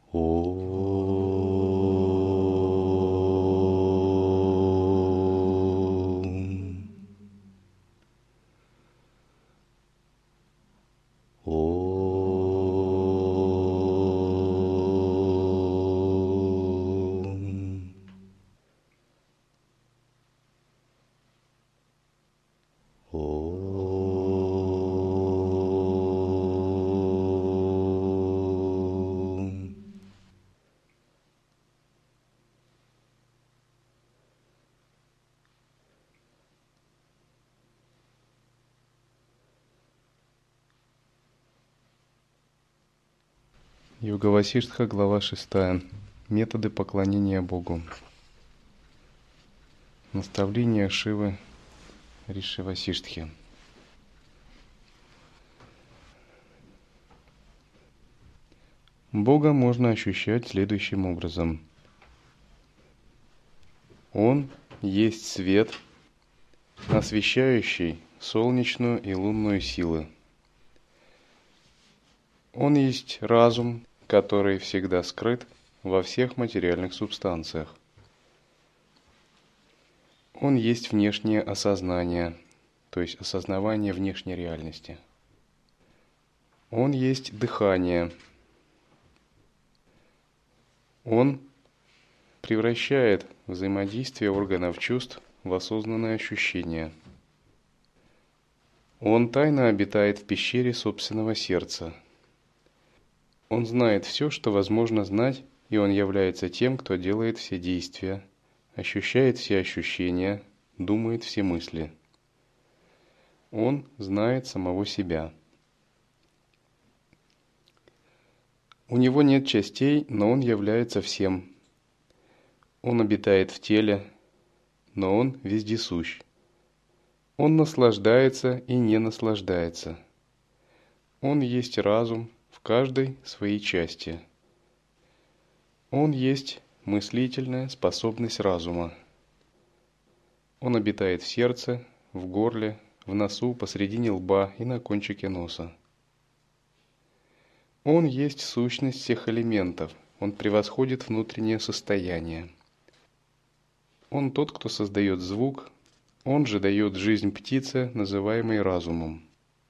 Om. Om. Om. Йога Васиштха, глава 6. Методы поклонения Богу. Наставление Шивы Риши Васиштхи. Бога можно ощущать следующим образом. Он есть свет, освещающий солнечную и лунную силы. Он есть разум, который всегда скрыт во всех материальных субстанциях. Он есть внешнее осознание, то есть осознавание внешней реальности. Он есть дыхание. Он превращает взаимодействие органов чувств в осознанное ощущение. Он тайно обитает в пещере собственного сердца. Он знает все, что возможно знать, и он является тем, кто делает все действия, ощущает все ощущения, думает все мысли. Он знает самого себя. У него нет частей, но он является всем. Он обитает в теле, но он вездесущ. Он наслаждается и не наслаждается. Он есть разум в каждой своей части. Он есть мыслительная способность разума. Он обитает в сердце, в горле, в носу, посредине лба и на кончике носа. Он есть сущность всех элементов, он превосходит внутреннее состояние. Он тот, кто создает звук, он же дает жизнь птице, называемой разумом.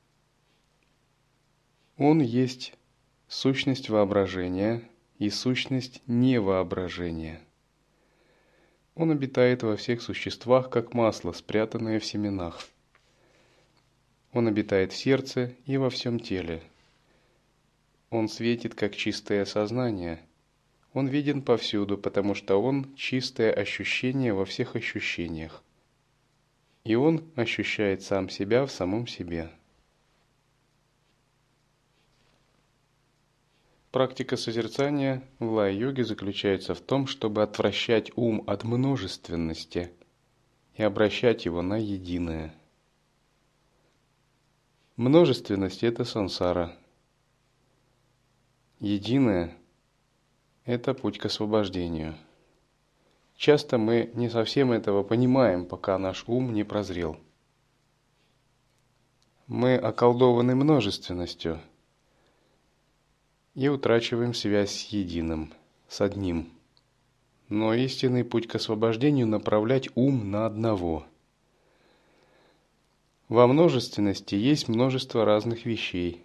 Он есть сущность воображения и сущность невоображения. Он обитает во всех существах, как масло, спрятанное в семенах. Он обитает в сердце и во всем теле. Он светит, как чистое сознание. Он виден повсюду, потому что он – чистое ощущение во всех ощущениях. И он ощущает сам себя в самом себе. Практика созерцания в лай-йоге заключается в том, чтобы отвращать ум от множественности и обращать его на единое. Множественность – это сансара. Единое – это путь к освобождению. Часто мы не совсем этого понимаем, пока наш ум не прозрел. Мы околдованы множественностью и утрачиваем связь с единым, с одним. Но истинный путь к освобождению – направлять ум на одного. Во множественности есть множество разных вещей.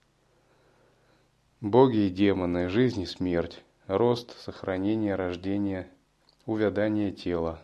Боги и демоны, жизнь и смерть, рост, сохранение, рождение, увядание тела.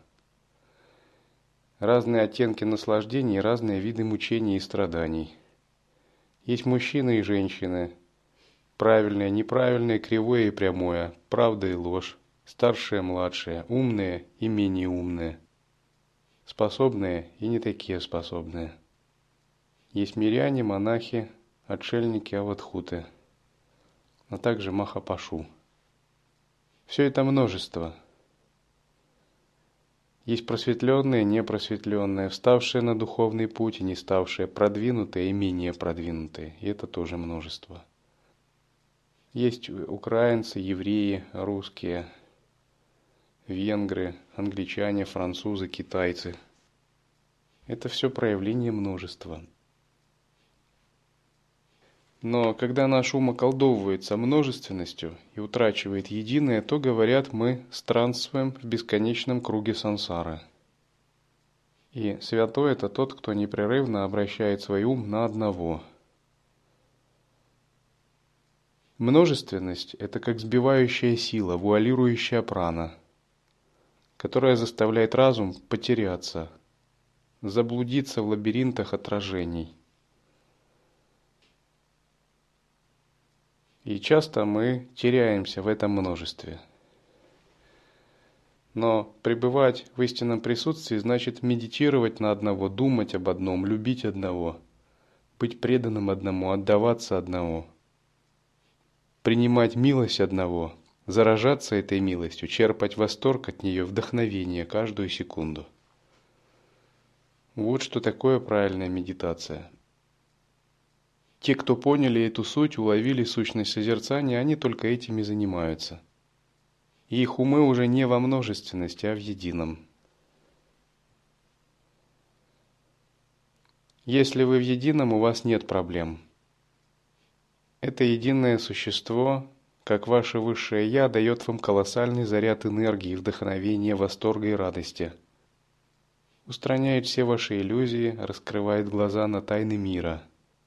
Разные оттенки наслаждений и разные виды мучений и страданий. Есть мужчины и женщины, правильное, неправильное, кривое и прямое, правда и ложь, старшие, младшие, умные и менее умные, способные и не такие способные. Есть миряне, монахи, отшельники, авадхуты, а также махапашу. Все это множество. Есть просветленные, непросветленные, вставшие на духовный путь и не ставшие, продвинутые и менее продвинутые. И это тоже множество. Есть украинцы, евреи, русские, венгры, англичане, французы, китайцы. Это все проявление множества. Но когда наш ум околдовывается множественностью и утрачивает единое, то, говорят, мы странствуем в бесконечном круге сансары. И святой – это тот, кто непрерывно обращает свой ум на одного. Множественность – это как сбивающая сила, вуалирующая прана, которая заставляет разум потеряться, заблудиться в лабиринтах отражений. И часто мы теряемся в этом множестве. Но пребывать в истинном присутствии значит медитировать на одного, думать об одном, любить одного, быть преданным одному, отдаваться одному, принимать милость одного, заражаться этой милостью, черпать восторг от нее, вдохновение каждую секунду. Вот что такое правильная медитация. Те, кто поняли эту суть, уловили сущность созерцания, они только этим и занимаются. И их умы уже не во множественности, а в едином. Если вы в едином, у вас нет проблем. Это единое существо, как ваше высшее «Я», дает вам колоссальный заряд энергии, вдохновения, восторга и радости. Устраняет все ваши иллюзии, раскрывает глаза на тайны мира.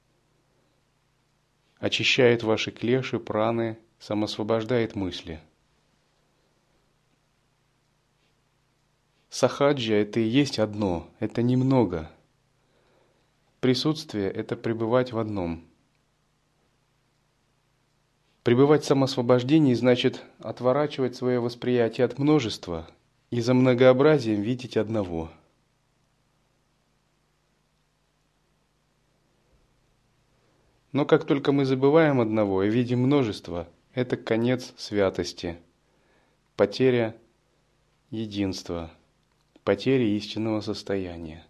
Очищает ваши клеши, праны, самосвобождает мысли. Сахаджа – это и есть одно, это немного. Присутствие – это пребывать в одном. Пребывать в самосвобождении значит отворачивать свое восприятие от множества и за многообразием видеть одного. Но как только мы забываем одного и видим множество, это конец святости, потеря единства, потеря истинного состояния.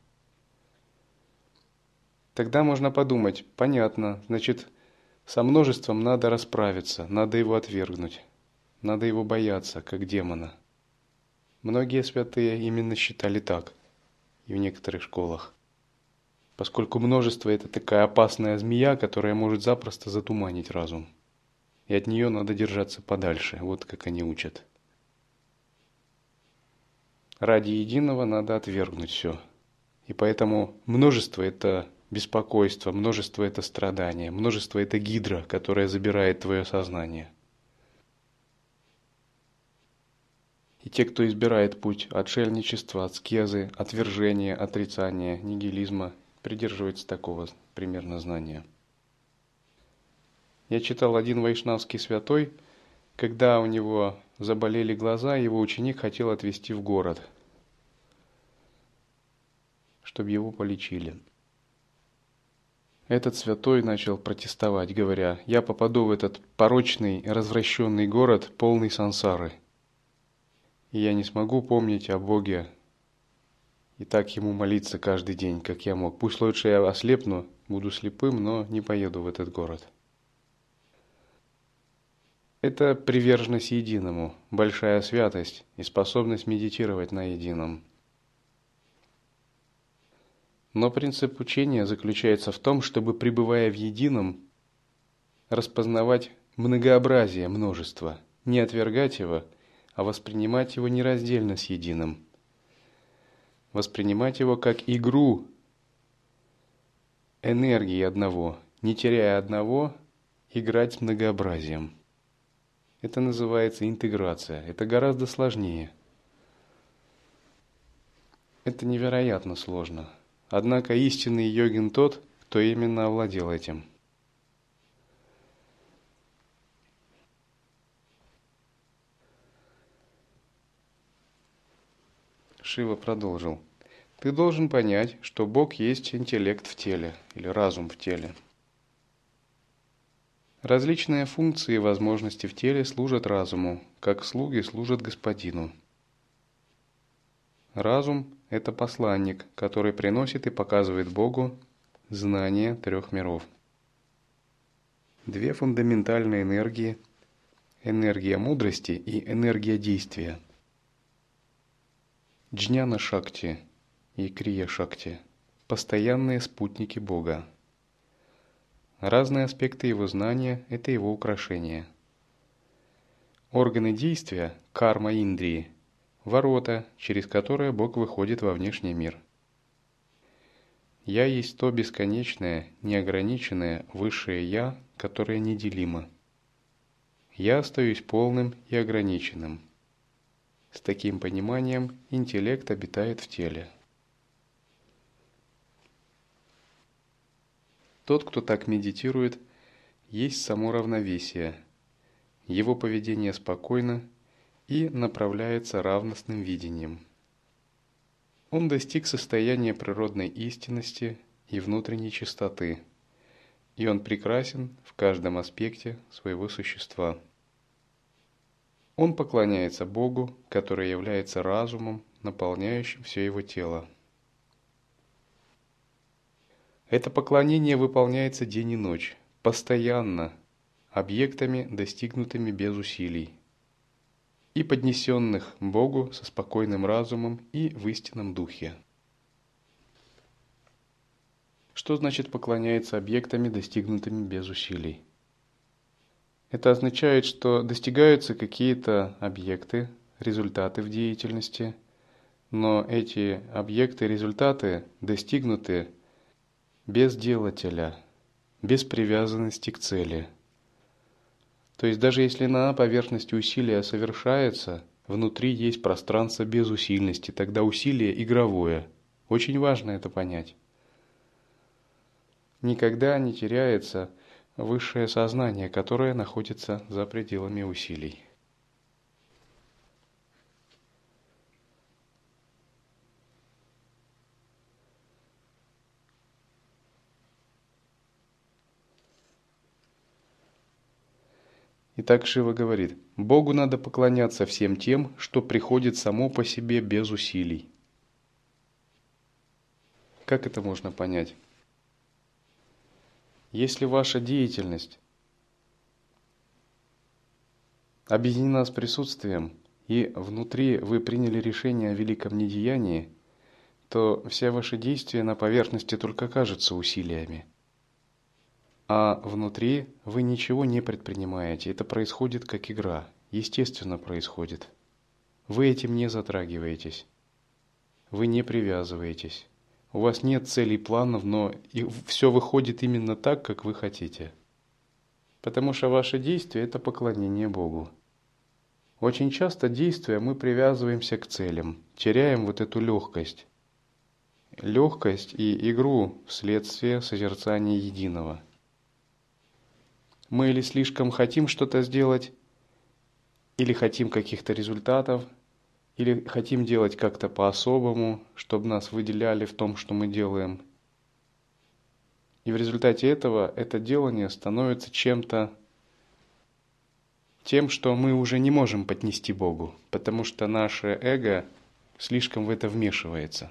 Тогда можно подумать, понятно, значит, со множеством надо расправиться, надо его отвергнуть, надо его бояться, как демона. Многие святые именно считали так, и в некоторых школах. Поскольку множество – это такая опасная змея, которая может запросто затуманить разум. И от нее надо держаться подальше, вот как они учат. Ради единого надо отвергнуть все. И поэтому множество – это беспокойство, множество – это страдание, множество – это гидра, которая забирает твое сознание. И те, кто избирает путь отшельничества, аскезы, отвержения, отрицания, нигилизма, придерживаются такого примерно знания. Я читал один вайшнавский святой, когда у него заболели глаза, его ученик хотел отвезти в город, чтобы его полечили. Этот святой начал протестовать, говоря: «Я попаду в этот порочный, развращенный город, полный сансары, и я не смогу помнить о Боге и так Ему молиться каждый день, как я мог. Пусть лучше я ослепну, буду слепым, но не поеду в этот город». Это приверженность единому, большая святость и способность медитировать на едином. Но принцип учения заключается в том, чтобы, пребывая в едином, распознавать многообразие множества, не отвергать его, а воспринимать его нераздельно с единым. Воспринимать его как игру энергии одного, не теряя одного, играть с многообразием. Это называется интеграция. Это гораздо сложнее. Это невероятно сложно. Однако истинный йогин тот, кто именно овладел этим. Шива продолжил. Ты должен понять, что Бог есть интеллект в теле, или разум в теле. Различные функции и возможности в теле служат разуму, как слуги служат господину. Разум – это посланник, который приносит и показывает Богу знание трех миров. Две фундаментальные энергии – энергия мудрости и энергия действия. Разные аспекты его знания – это его украшения. Органы действия – карма Индрии – ворота, через которые Бог выходит во внешний мир. Я есть то бесконечное, неограниченное, высшее Я, которое неделимо. Я остаюсь полным и ограниченным. С таким пониманием интеллект обитает в теле. Тот, кто так медитирует, есть само равновесие. Его поведение спокойно и направляется равностным видением. Он достиг состояния природной истинности и внутренней чистоты, и он прекрасен в каждом аспекте своего существа. Он поклоняется Богу, который является разумом, наполняющим все его тело. Это поклонение выполняется день и ночь, постоянно, объектами, достигнутыми без усилий, и поднесенных Богу со спокойным разумом и в истинном духе. Что значит поклоняется объектами, достигнутыми без усилий? Это означает, что достигаются какие-то объекты, результаты в деятельности, но эти объекты, результаты достигнуты без делателя, без привязанности к цели. То есть даже если на поверхности усилия совершается, внутри есть пространство безусильности, тогда усилие игровое. Очень важно это понять. Никогда не теряется высшее сознание, которое находится за пределами усилий. Итак, Шива говорит, Богу надо поклоняться всем тем, что приходит само по себе без усилий. Как это можно понять? Если ваша деятельность объединена с присутствием, и внутри вы приняли решение о великом недеянии, то все ваши действия на поверхности только кажутся усилиями. А внутри вы ничего не предпринимаете. Это происходит как игра. Естественно происходит. Вы этим не затрагиваетесь. Вы не привязываетесь. У вас нет целей, планов, но все выходит именно так, как вы хотите. Потому что ваше действие – это поклонение Богу. Очень часто действия мы привязываемся к целям, теряем вот эту легкость. Легкость и игру вследствие созерцания единого. Мы или слишком хотим что-то сделать, или хотим каких-то результатов, или хотим делать как-то по-особому, чтобы нас выделяли в том, что мы делаем. И в результате этого это делание становится чем-то тем, что мы уже не можем поднести Богу, потому что наше эго слишком в это вмешивается.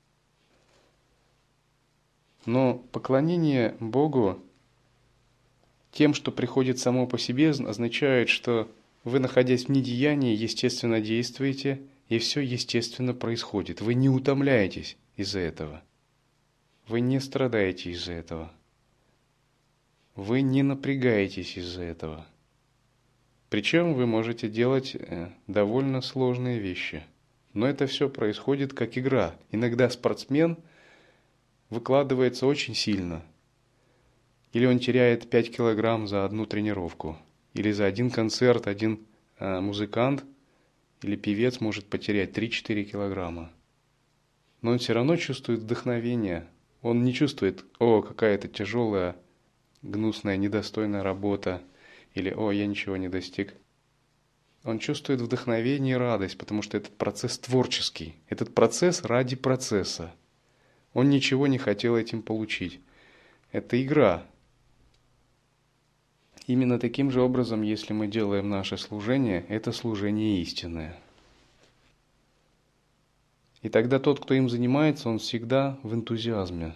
Но поклонение Богу тем, что приходит само по себе, означает, что вы, находясь в недеянии, естественно действуете, и все естественно происходит. Вы не утомляетесь из-за этого. Вы не страдаете из-за этого. Вы не напрягаетесь из-за этого. Причем вы можете делать довольно сложные вещи. Но это все происходит как игра. Иногда спортсмен выкладывается очень сильно. Или он теряет 5 килограмм за одну тренировку. Или за один концерт один музыкант или певец может потерять 3-4 килограмма. Но он все равно чувствует вдохновение. Он не чувствует, какая-то тяжелая, гнусная, недостойная работа. Или, я ничего не достиг. Он чувствует вдохновение и радость, потому что этот процесс творческий. Этот процесс ради процесса. Он ничего не хотел этим получить. Это игра. Именно таким же образом, если мы делаем наше служение, это служение истинное. И тогда тот, кто им занимается, он всегда в энтузиазме.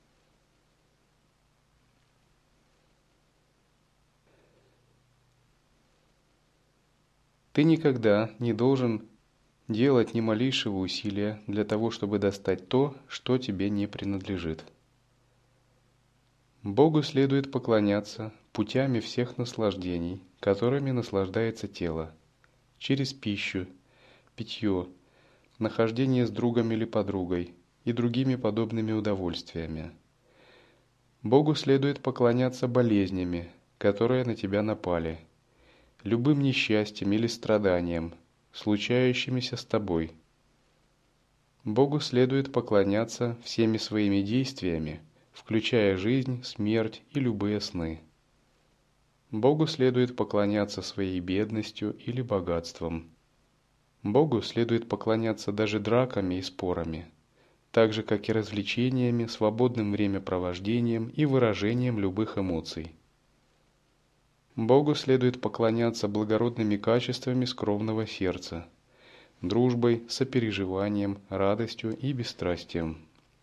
Ты никогда не должен делать ни малейшего усилия для того, чтобы достать то, что тебе не принадлежит. Богу следует поклоняться путями всех наслаждений, которыми наслаждается тело, через пищу, питье, нахождение с другом или подругой и другими подобными удовольствиями. Богу следует поклоняться болезнями, которые на тебя напали, любым несчастьем или страданием, случающимися с тобой. Богу следует поклоняться всеми своими действиями, включая жизнь, смерть и любые сны. Богу следует поклоняться своей бедностью или богатством. Богу следует поклоняться даже драками и спорами, так же, как и развлечениями, свободным времяпровождением и выражением любых эмоций. Богу следует поклоняться благородными качествами скромного сердца, дружбой, сопереживанием, радостью и бесстрастием.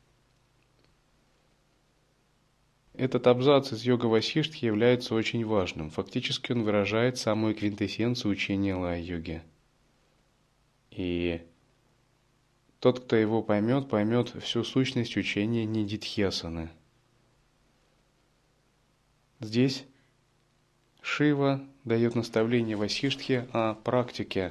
Этот абзац из Йога-Васиштхи является очень важным. Фактически он выражает самую квинтэссенцию учения Лая-йоги. И тот, кто его поймет, поймет всю сущность учения Нидидхьясаны. Здесь Шива дает наставление Васиштхе о практике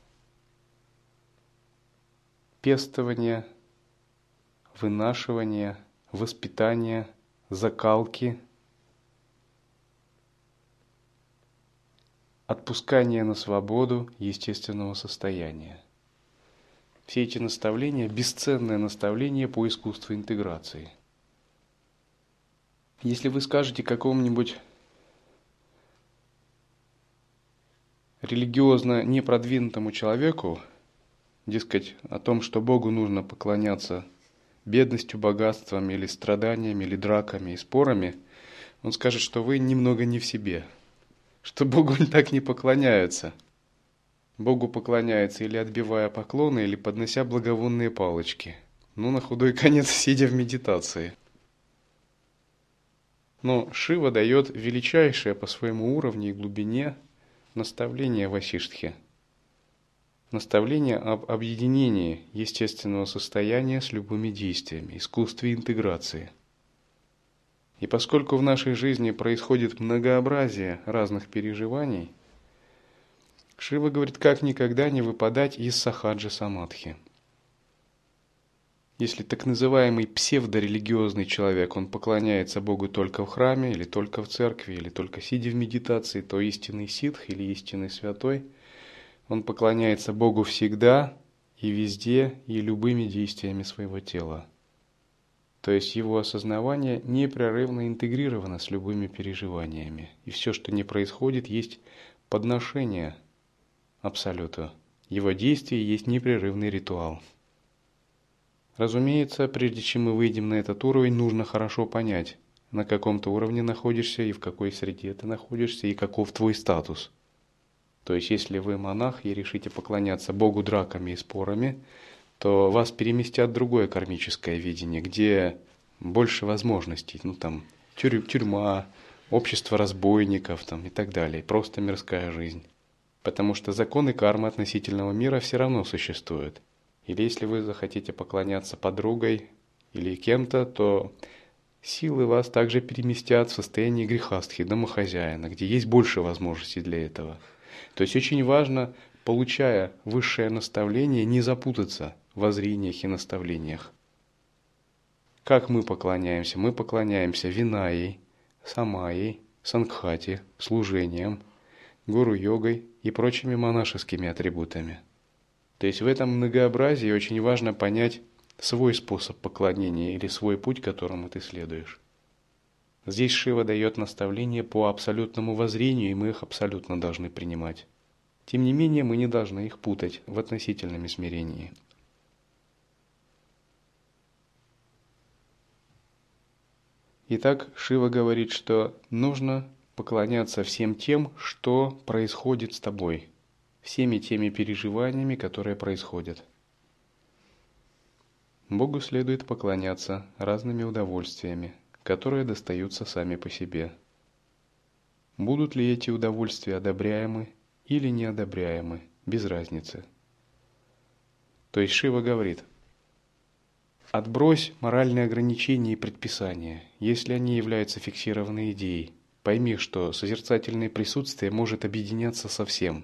пестования, вынашивания, воспитания, закалки, отпускания на свободу естественного состояния. Все эти наставления – бесценное наставление по искусству интеграции. Если вы скажете какому-нибудь религиозно непродвинутому человеку, дескать, о том, что Богу нужно поклоняться бедностью, богатством или страданиями, или драками и спорами, он скажет, что вы немного не в себе, что Богу так не поклоняются. Богу поклоняются или отбивая поклоны, или поднося благовонные палочки. Ну, на худой конец, сидя в медитации. Но Шива дает величайшее по своему уровню и глубине наставление Васиштхе. Наставление об объединении естественного состояния с любыми действиями, искусстве интеграции. И поскольку в нашей жизни происходит многообразие разных переживаний, Шива говорит, как никогда не выпадать из сахаджа самадхи. Если так называемый псевдорелигиозный человек, он поклоняется Богу только в храме, или только в церкви, или только сидя в медитации, то истинный ситх или истинный святой, он поклоняется Богу всегда и везде, и любыми действиями своего тела. То есть его осознавание непрерывно интегрировано с любыми переживаниями. И все, что не происходит, есть подношение Абсолюту. Его действие есть непрерывный ритуал. Разумеется, прежде чем мы выйдем на этот уровень, нужно хорошо понять, на каком ты уровне находишься и в какой среде ты находишься и каков твой статус. То есть, если вы монах и решите поклоняться Богу драками и спорами, то вас переместят в другое кармическое видение, где больше возможностей, тюрьма, общество разбойников и так далее, просто мирская жизнь. Потому что законы кармы относительного мира все равно существуют. Или если вы захотите поклоняться подругой или кем-то, то силы вас также переместят в состояние грехастхи, домохозяина, где есть больше возможностей для этого. То есть очень важно, получая высшее наставление, не запутаться в воззрениях и наставлениях. Как мы поклоняемся? Мы поклоняемся Винаей, Самайей, Сангхати, служением, гуру-йогой и прочими монашескими атрибутами. То есть в этом многообразии очень важно понять свой способ поклонения или свой путь, которому ты следуешь. Здесь Шива дает наставления по абсолютному воззрению, и мы их абсолютно должны принимать. Тем не менее, мы не должны их путать в относительном измерении. Итак, Шива говорит, что нужно поклоняться всем тем, что происходит с тобой, всеми теми переживаниями, которые происходят. Богу следует поклоняться разными удовольствиями, которые достаются сами по себе. Будут ли эти удовольствия одобряемы или неодобряемы, без разницы. То есть Шива говорит, Отбрось моральные ограничения и предписания, если они являются фиксированной идеей. Пойми, что созерцательное присутствие может объединяться со всем.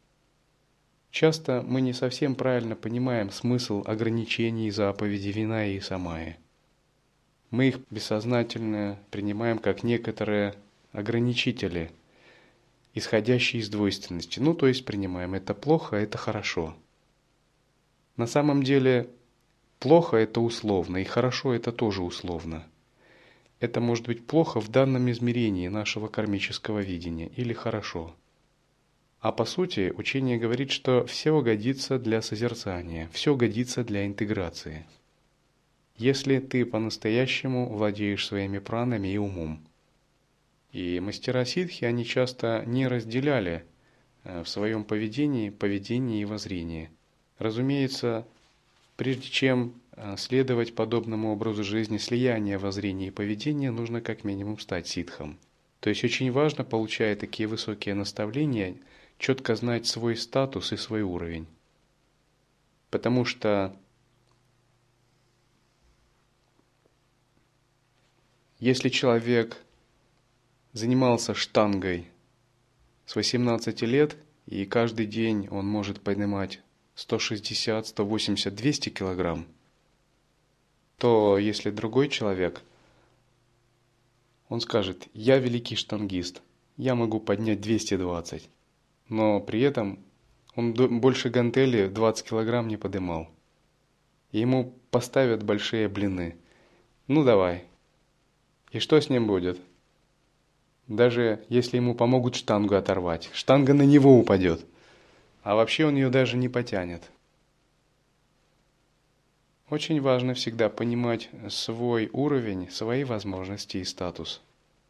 Часто мы не совсем правильно понимаем смысл ограничений заповедей Виная и Самая. Мы их бессознательно принимаем как некоторые ограничители, исходящие из двойственности. То есть принимаем это плохо, а это хорошо. На самом деле плохо это условно, и хорошо это тоже условно. Это может быть плохо в данном измерении нашего кармического видения или хорошо. А по сути, учение говорит, что все годится для созерцания, все годится для интеграции. Если ты по-настоящему владеешь своими пранами и умом. И мастера ситхи, они часто не разделяли в своем поведении и воззрении. Разумеется, прежде чем следовать подобному образу жизни слияния воззрения и поведения, нужно как минимум стать ситхом. То есть очень важно, получая такие высокие наставления, четко знать свой статус и свой уровень. Потому что если человек занимался штангой с 18 лет, и каждый день он может поднимать 160, 180, 200 килограмм, то если другой человек, он скажет: «Я великий штангист, я могу поднять 220», но при этом он больше гантели 20 килограмм не поднимал. И ему поставят большие блины. Давай. И что с ним будет? Даже если ему помогут штангу оторвать, штанга на него упадет. А вообще он ее даже не потянет. Очень важно всегда понимать свой уровень, свои возможности и статус.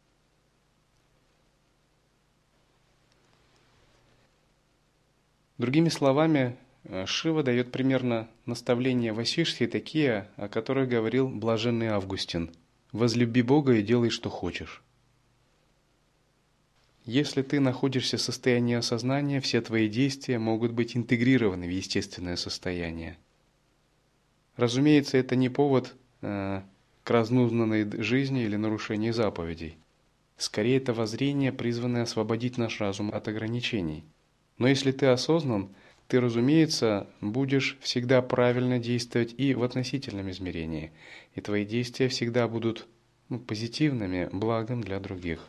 Другими словами, Шива дает примерно наставления Васиштхи такие, о которых говорил блаженный Августин: «Возлюби Бога и делай, что хочешь». Если ты находишься в состоянии осознания, все твои действия могут быть интегрированы в естественное состояние. Разумеется, это не повод к разнузданной жизни или нарушению заповедей. Скорее, это воззрение, призванное освободить наш разум от ограничений. Но если ты осознан, ты, разумеется, будешь всегда правильно действовать и в относительном измерении, и твои действия всегда будут позитивными, благом для других.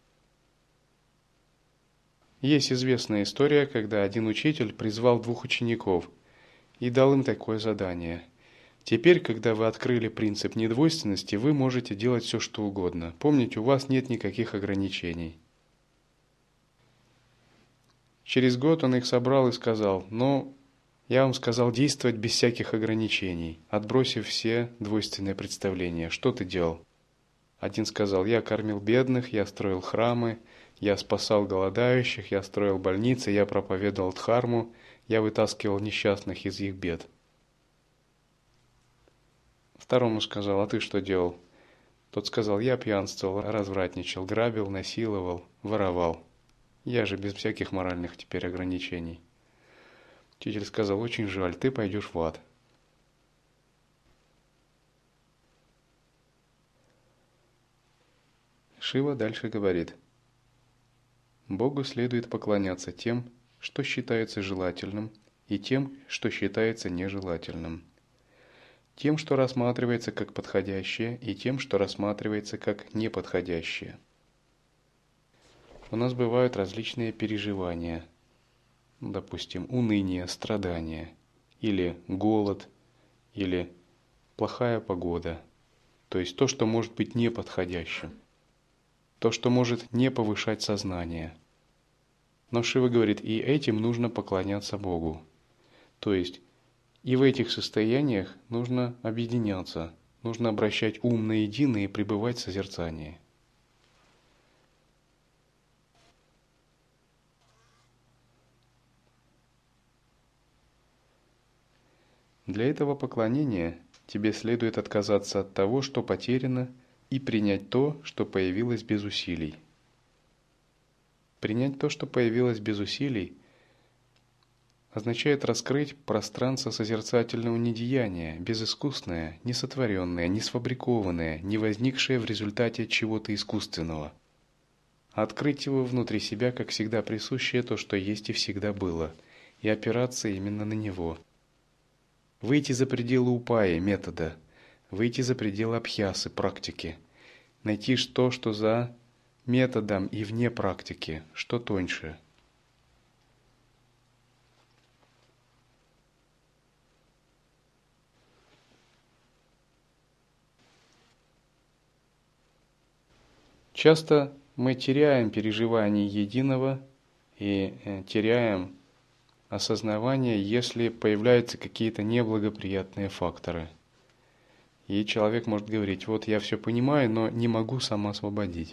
Есть известная история, когда один учитель призвал 2 учеников и дал им такое задание: «Теперь, когда вы открыли принцип недвойственности, вы можете делать все, что угодно. Помните, у вас нет никаких ограничений». Через год он их собрал и сказал: я вам сказал действовать без всяких ограничений, отбросив все двойственные представления. Что ты делал?» Один сказал: «Я кормил бедных, я строил храмы, я спасал голодающих, я строил больницы, я проповедовал дхарму, я вытаскивал несчастных из их бед». Второму сказал: «А ты что делал?» Тот сказал: «Я пьянствовал, развратничал, грабил, насиловал, воровал. Я же без всяких моральных теперь ограничений». Учитель сказал: «Очень жаль, ты пойдешь в ад». Шива дальше говорит: Богу следует поклоняться тем, что считается желательным, и тем, что считается нежелательным. Тем, что рассматривается как подходящее, и тем, что рассматривается как неподходящее. У нас бывают различные переживания, допустим, уныние, страдания, или голод, или плохая погода, то есть то, что может быть неподходящим, то, что может не повышать сознание. Но Шива говорит, и этим нужно поклоняться Богу. То есть и в этих состояниях нужно объединяться, нужно обращать ум на единое и пребывать в созерцании. Для этого поклонения тебе следует отказаться от того, что потеряно, и принять то, что появилось без усилий. Принять то, что появилось без усилий, означает раскрыть пространство созерцательного недеяния, безыскусное, несотворенное, не сфабрикованное, не возникшее в результате чего-то искусственного. Открыть его внутри себя, как всегда присущее то, что есть и всегда было, и опираться именно на него. Выйти за пределы упаи, метода, выйти за пределы абхьясы, практики, найти то, что за методом и вне практики, что тоньше. Часто мы теряем переживание единого и теряем осознавание, если появляются какие-то неблагоприятные факторы. И человек может говорить: вот я все понимаю, но не могу самоосвободить.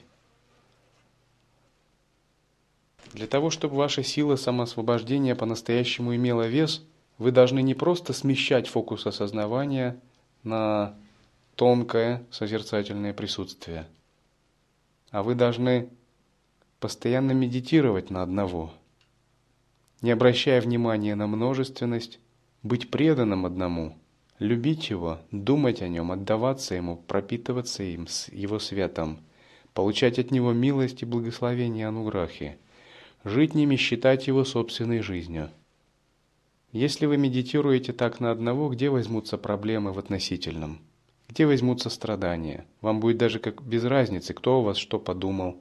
Для того, чтобы ваша сила самоосвобождения по-настоящему имела вес, вы должны не просто смещать фокус осознавания на тонкое созерцательное присутствие, а вы должны постоянно медитировать на одного, не обращая внимания на множественность, быть преданным одному, любить его, думать о нем, отдаваться ему, пропитываться им, с его светом, получать от него милость и благословение ануграхи, жить ними, считать его собственной жизнью. Если вы медитируете так на одного, где возьмутся проблемы в относительном? Где возьмутся страдания? Вам будет даже как без разницы, кто у вас что подумал.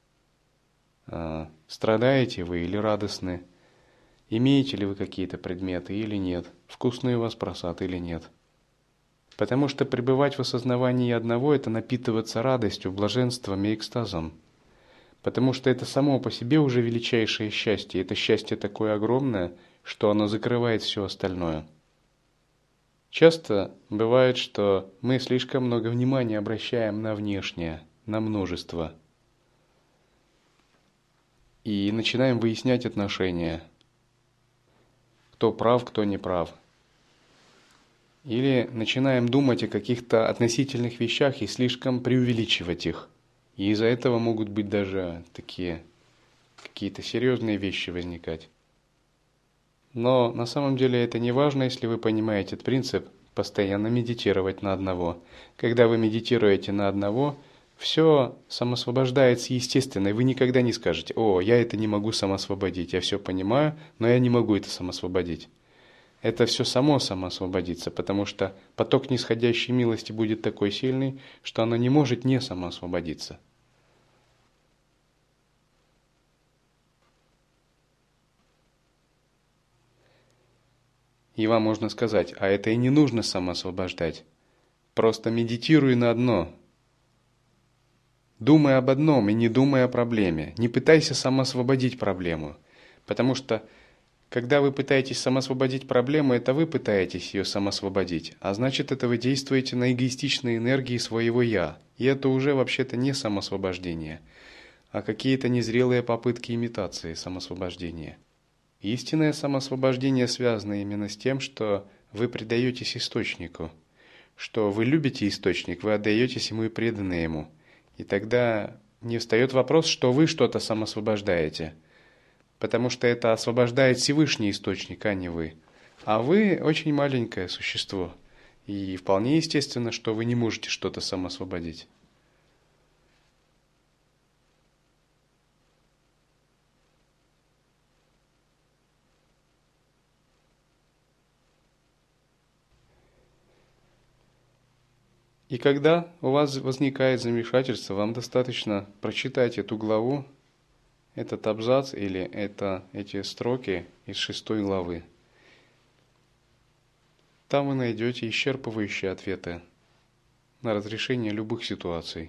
Страдаете вы или радостны? Имеете ли вы какие-то предметы или нет? Вкусный у вас просад или нет? Потому что пребывать в осознавании одного – это напитываться радостью, блаженством и экстазом. Потому что это само по себе уже величайшее счастье. Это счастье такое огромное, что оно закрывает все остальное. Часто бывает, что мы слишком много внимания обращаем на внешнее, на множество. И начинаем выяснять отношения. Кто прав, кто не прав. Или начинаем думать о каких-то относительных вещах и слишком преувеличивать их. И из-за этого могут быть даже такие какие-то серьезные вещи возникать. Но на самом деле это не важно, если вы понимаете этот принцип, постоянно медитировать на одного. Когда вы медитируете на одного, все самосвобождается естественно, и вы никогда не скажете: «О, я это не могу самосвободить, я все понимаю, но я не могу это самосвободить». Это все само самоосвободится, потому что поток нисходящей милости будет такой сильный, что оно не может не самоосвободиться. И вам можно сказать: а это и не нужно самоосвобождать. Просто медитируй на одно. Думай об одном и не думай о проблеме. Не пытайся самоосвободить проблему. Потому что, когда вы пытаетесь самоосвободить проблему, это вы пытаетесь ее самоосвободить. А значит, это вы действуете на эгоистичной энергии своего «я». И это уже вообще-то не самоосвобождение, а какие-то незрелые попытки имитации самоосвобождения. Истинное самоосвобождение связано именно с тем, что вы предаетесь источнику, что вы любите источник, вы отдаетесь ему и преданы ему. И тогда не встает вопрос, что вы что-то самоосвобождаете, потому что это освобождает Всевышний источник, а не вы. А вы очень маленькое существо, и вполне естественно, что вы не можете что-то самоосвободить. И когда у вас возникает замешательство, вам достаточно прочитать эту главу, этот абзац или эти строки из 6 главы. Там вы найдете исчерпывающие ответы на разрешение любых ситуаций.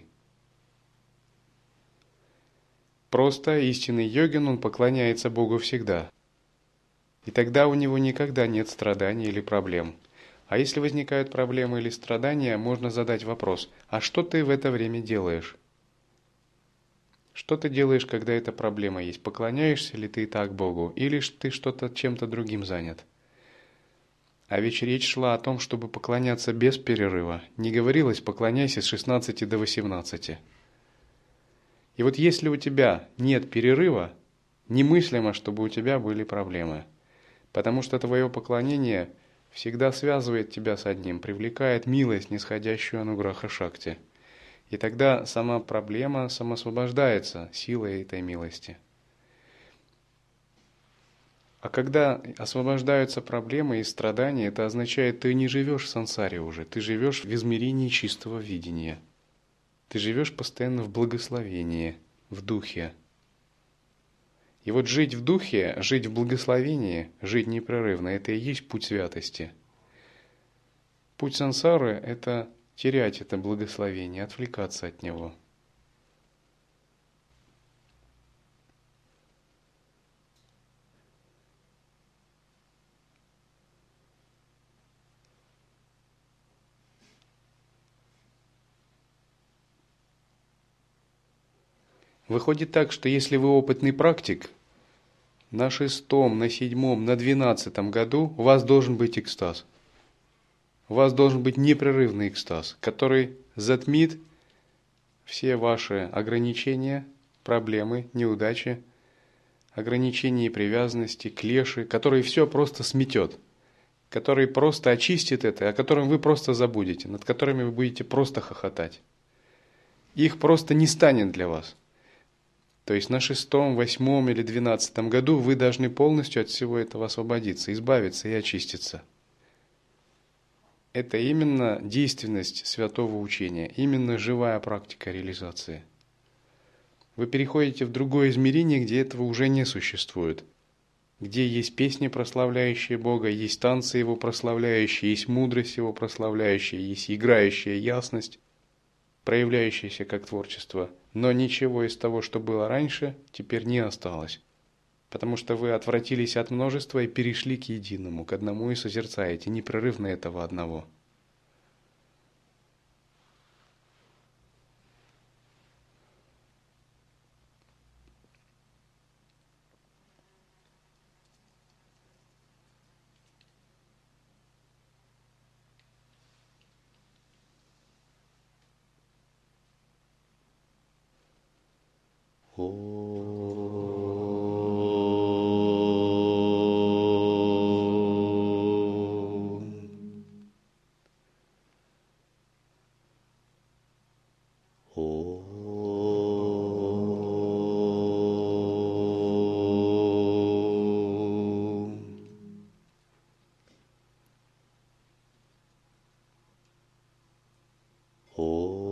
Просто истинный йогин, он поклоняется Богу всегда. И тогда у него никогда нет страданий или проблем. А если возникают проблемы или страдания, можно задать вопрос: а что ты в это время делаешь? Что ты делаешь, когда эта проблема есть? Поклоняешься ли ты и так Богу? Или ты что-то чем-то другим занят? А ведь речь шла о том, чтобы поклоняться без перерыва. Не говорилось: поклоняйся с 16 до 18. И вот если у тебя нет перерыва, немыслимо, чтобы у тебя были проблемы. Потому что твое поклонение всегда связывает тебя с одним, привлекает милость, нисходящую ануграха Шакти. И тогда сама проблема самосвобождается силой этой милости. А когда освобождаются проблемы и страдания, это означает, ты не живешь в сансаре уже, ты живешь в измерении чистого видения. Ты живешь постоянно в благословении, в духе. И вот жить в духе, жить в благословении, жить непрерывно – это и есть путь святости. Путь сансары – это терять это благословение, отвлекаться от него. Выходит так, что если вы опытный практик, на 6-м, на 7-м, на 12-м году у вас должен быть экстаз. У вас должен быть непрерывный экстаз, который затмит все ваши ограничения, проблемы, неудачи, ограничения и привязанности, клеши, который все просто сметет, который просто очистит это, о котором вы просто забудете, над которыми вы будете просто хохотать. Их просто не станет для вас. То есть на 6-м, 8-м или 12-м году вы должны полностью от всего этого освободиться, избавиться и очиститься. Это именно действенность святого учения, именно живая практика реализации. Вы переходите в другое измерение, где этого уже не существует. Где есть песни, прославляющие Бога, есть танцы Его прославляющие, есть мудрость Его прославляющая, есть играющая ясность, проявляющаяся как творчество. Но ничего из того, что было раньше, теперь не осталось. Потому что вы отвратились от множества и перешли к единому, к одному и созерцаете непрерывно этого одного. Oh.